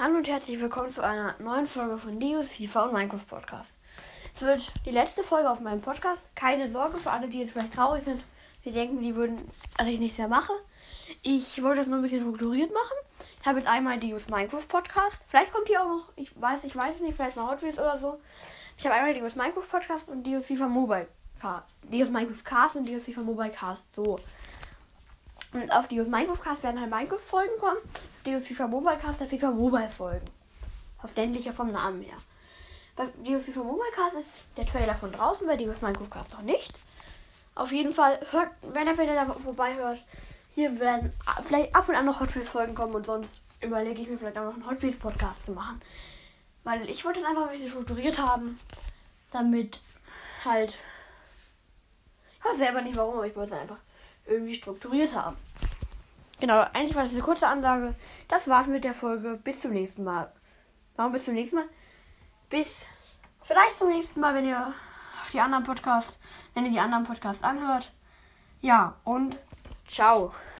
Hallo und herzlich willkommen zu einer neuen Folge von Leos FIFA und Minecraft Podcast. Es wird die letzte Folge auf meinem Podcast. Keine Sorge für alle, die jetzt vielleicht traurig sind. Die denken, dass ich nichts mehr mache. Ich wollte das nur ein bisschen strukturiert machen. Ich habe jetzt einmal Leos Minecraft Podcast. Vielleicht kommt hier auch noch, ich weiß es nicht, vielleicht mal Hot Wheels oder so. Ich habe einmal Leos Minecraft Podcast und Leos FIFA Mobile Cast. Leos Minecraft Cast und Leos FIFA Mobile Cast. So. Und auf Leos Minecraft Cast werden halt Minecraft-Folgen kommen. Auf Leos FIFA Mobile Cast der FIFA Mobile Folgen. Verständlicher vom Namen her. Bei Leos FIFA Mobile Cast ist der Trailer von draußen, bei Leos Minecraft Cast noch nicht. Auf jeden Fall, wenn ihr da vorbei hört, hier werden vielleicht ab und an noch Hot Wheels Folgen kommen und sonst überlege ich mir vielleicht auch noch einen Hot Wheels Podcast zu machen. Weil ich wollte es einfach ein bisschen strukturiert haben, damit halt, ich weiß selber nicht warum, aber ich wollte es einfach irgendwie strukturiert haben. Genau, eigentlich war das eine kurze Ansage. Das war's mit der Folge. Bis zum nächsten Mal. Warum bis zum nächsten Mal? Vielleicht zum nächsten Mal, wenn ihr die anderen Podcasts anhört. Ja, und ciao.